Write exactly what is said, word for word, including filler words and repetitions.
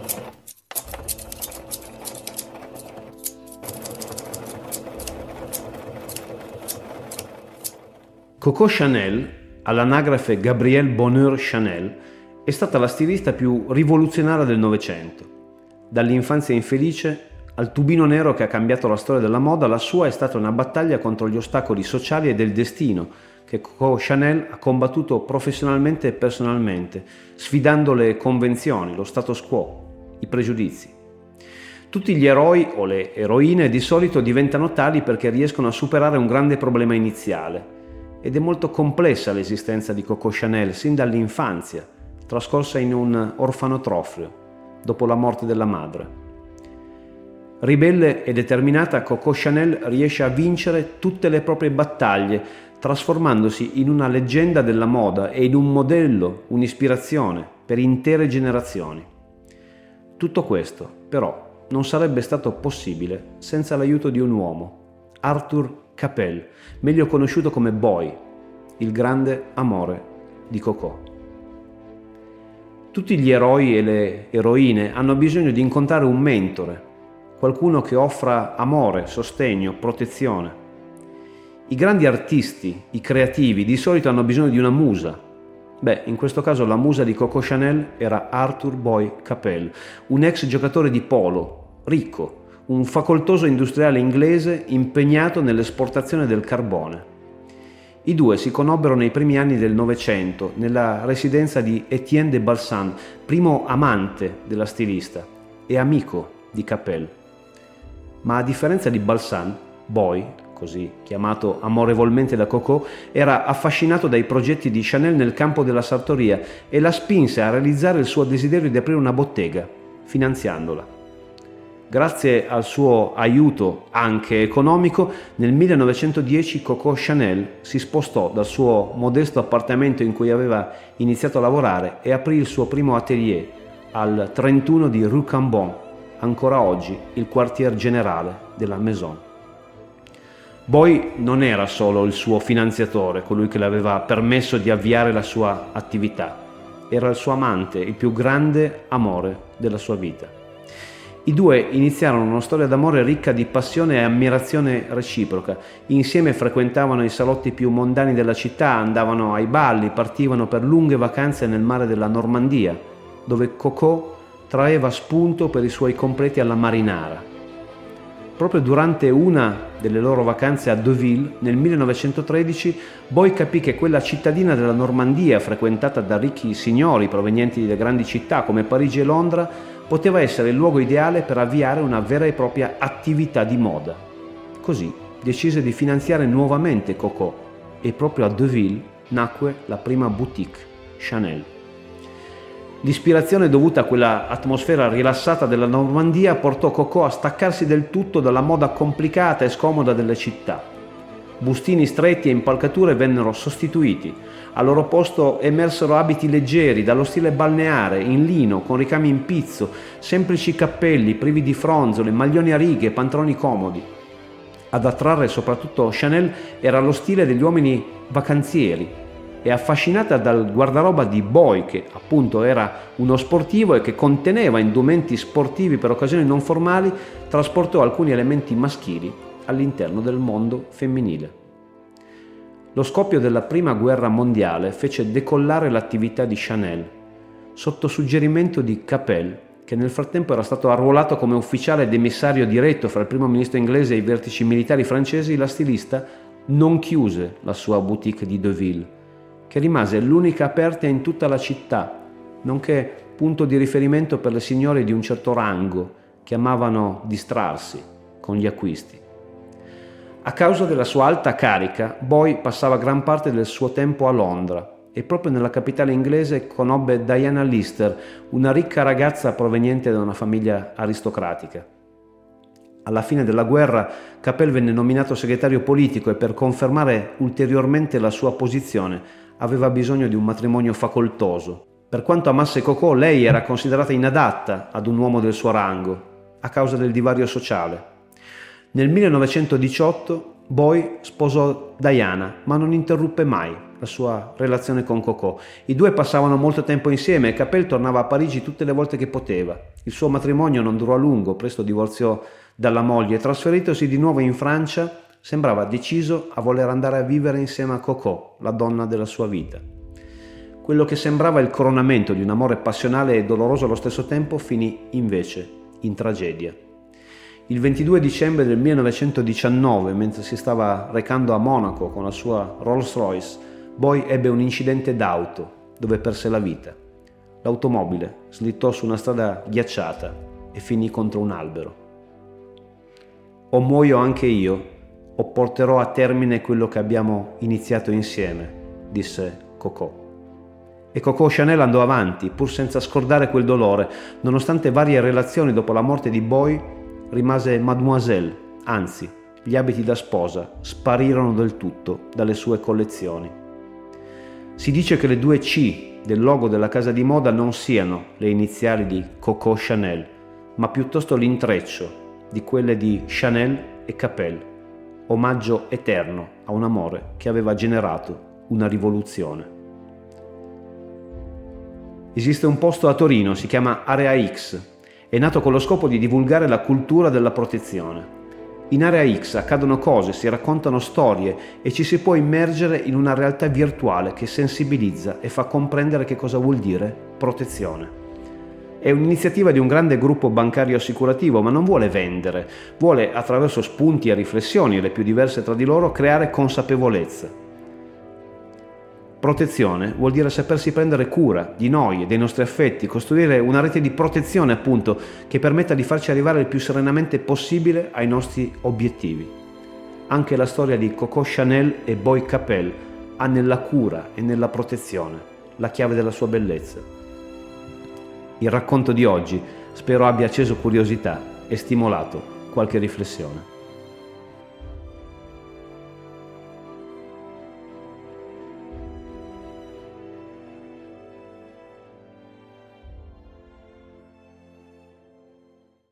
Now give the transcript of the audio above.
Coco Chanel, all'anagrafe Gabrielle Bonheur Chanel, è stata la stilista più rivoluzionaria del Novecento. Dall'infanzia infelice al tubino nero che ha cambiato la storia della moda, la sua è stata una battaglia contro gli ostacoli sociali e del destino che Coco Chanel ha combattuto professionalmente e personalmente, sfidando le convenzioni, lo status quo, i pregiudizi. Tutti gli eroi o le eroine di solito diventano tali perché riescono a superare un grande problema iniziale. Ed è molto complessa l'esistenza di Coco Chanel sin dall'infanzia, trascorsa in un orfanotrofio, dopo la morte della madre. Ribelle e determinata, Coco Chanel riesce a vincere tutte le proprie battaglie, trasformandosi in una leggenda della moda e in un modello, un'ispirazione per intere generazioni. Tutto questo, però, non sarebbe stato possibile senza l'aiuto di un uomo, Arthur Capel, meglio conosciuto come Boy, il grande amore di Coco. Tutti gli eroi e le eroine hanno bisogno di incontrare un mentore, qualcuno che offra amore, sostegno, protezione. I grandi artisti, i creativi, di solito hanno bisogno di una musa. Beh, in questo caso la musa di Coco Chanel era Arthur Boy Capel, un ex giocatore di polo, ricco, un facoltoso industriale inglese impegnato nell'esportazione del carbone. I due si conobbero nei primi anni del Novecento nella residenza di Etienne de Balsan, primo amante della stilista e amico di Capel. Ma a differenza di Balsan, Boy, così chiamato amorevolmente da Coco, era affascinato dai progetti di Chanel nel campo della sartoria e la spinse a realizzare il suo desiderio di aprire una bottega, finanziandola. Grazie al suo aiuto anche economico, nel millenovecentodieci Coco Chanel si spostò dal suo modesto appartamento in cui aveva iniziato a lavorare e aprì il suo primo atelier al trentuno di Rue Cambon, ancora oggi il quartier generale della Maison. Boy non era solo il suo finanziatore, colui che le aveva permesso di avviare la sua attività, era il suo amante, il più grande amore della sua vita. I due iniziarono una storia d'amore ricca di passione e ammirazione reciproca. Insieme frequentavano i salotti più mondani della città, andavano ai balli, partivano per lunghe vacanze nel mare della Normandia, dove Coco traeva spunto per i suoi completi alla marinara. Proprio durante una delle loro vacanze a Deauville, nel millenovecentotredici, Boy capì che quella cittadina della Normandia, frequentata da ricchi signori provenienti da grandi città come Parigi e Londra, poteva essere il luogo ideale per avviare una vera e propria attività di moda. Così decise di finanziare nuovamente Coco e proprio a Deauville nacque la prima boutique Chanel. L'ispirazione dovuta a quella atmosfera rilassata della Normandia portò Coco a staccarsi del tutto dalla moda complicata e scomoda delle città. Bustini stretti e impalcature vennero sostituiti. Al loro posto emersero abiti leggeri, dallo stile balneare, in lino, con ricami in pizzo, semplici cappelli, privi di fronzole, maglioni a righe, pantaloni comodi. Ad attrarre soprattutto Chanel era lo stile degli uomini vacanzieri e affascinata dal guardaroba di Boy, che appunto era uno sportivo e che conteneva indumenti sportivi per occasioni non formali, trasportò alcuni elementi maschili all'interno del mondo femminile. Lo scoppio della prima guerra mondiale fece decollare l'attività di Chanel, sotto suggerimento di Capel, che nel frattempo era stato arruolato come ufficiale ed emissario diretto fra il primo ministro inglese e i vertici militari francesi. La stilista non chiuse la sua boutique di Deauville, che rimase l'unica aperta in tutta la città, nonché punto di riferimento per le signore di un certo rango che amavano distrarsi con gli acquisti. A causa della sua alta carica, Boy passava gran parte del suo tempo a Londra e proprio nella capitale inglese conobbe Diana Lister, una ricca ragazza proveniente da una famiglia aristocratica. Alla fine della guerra, Capel venne nominato segretario politico e per confermare ulteriormente la sua posizione aveva bisogno di un matrimonio facoltoso. Per quanto amasse Coco, lei era considerata inadatta ad un uomo del suo rango, a causa del divario sociale. Nel millenovecentodiciotto Boy sposò Diana, ma non interruppe mai la sua relazione con Coco. I due passavano molto tempo insieme e Capel tornava a Parigi tutte le volte che poteva. Il suo matrimonio non durò a lungo, presto divorziò dalla moglie e trasferitosi di nuovo in Francia sembrava deciso a voler andare a vivere insieme a Coco, la donna della sua vita. Quello che sembrava il coronamento di un amore passionale e doloroso allo stesso tempo finì invece in tragedia. Il ventidue dicembre del millenovecentodiciannove, mentre si stava recando a Monaco con la sua Rolls Royce, Boy ebbe un incidente d'auto dove perse la vita. L'automobile slittò su una strada ghiacciata e finì contro un albero. O muoio anche io, o porterò a termine quello che abbiamo iniziato insieme, disse Coco. E Coco Chanel andò avanti, pur senza scordare quel dolore. Nonostante varie relazioni dopo la morte di Boy, rimase Mademoiselle, anzi, gli abiti da sposa sparirono del tutto dalle sue collezioni. Si dice che le due C del logo della casa di moda non siano le iniziali di Coco Chanel, ma piuttosto l'intreccio di quelle di Chanel e Capel, omaggio eterno a un amore che aveva generato una rivoluzione. Esiste un posto a Torino, si chiama Area X, è nato con lo scopo di divulgare la cultura della protezione. In Area X accadono cose, si raccontano storie e ci si può immergere in una realtà virtuale che sensibilizza e fa comprendere che cosa vuol dire protezione. È un'iniziativa di un grande gruppo bancario assicurativo, ma non vuole vendere, vuole attraverso spunti e riflessioni, le più diverse tra di loro, creare consapevolezza. Protezione vuol dire sapersi prendere cura di noi e dei nostri affetti, costruire una rete di protezione appunto che permetta di farci arrivare il più serenamente possibile ai nostri obiettivi. Anche la storia di Coco Chanel e Boy Capel ha nella cura e nella protezione la chiave della sua bellezza. Il racconto di oggi spero abbia acceso curiosità e stimolato qualche riflessione.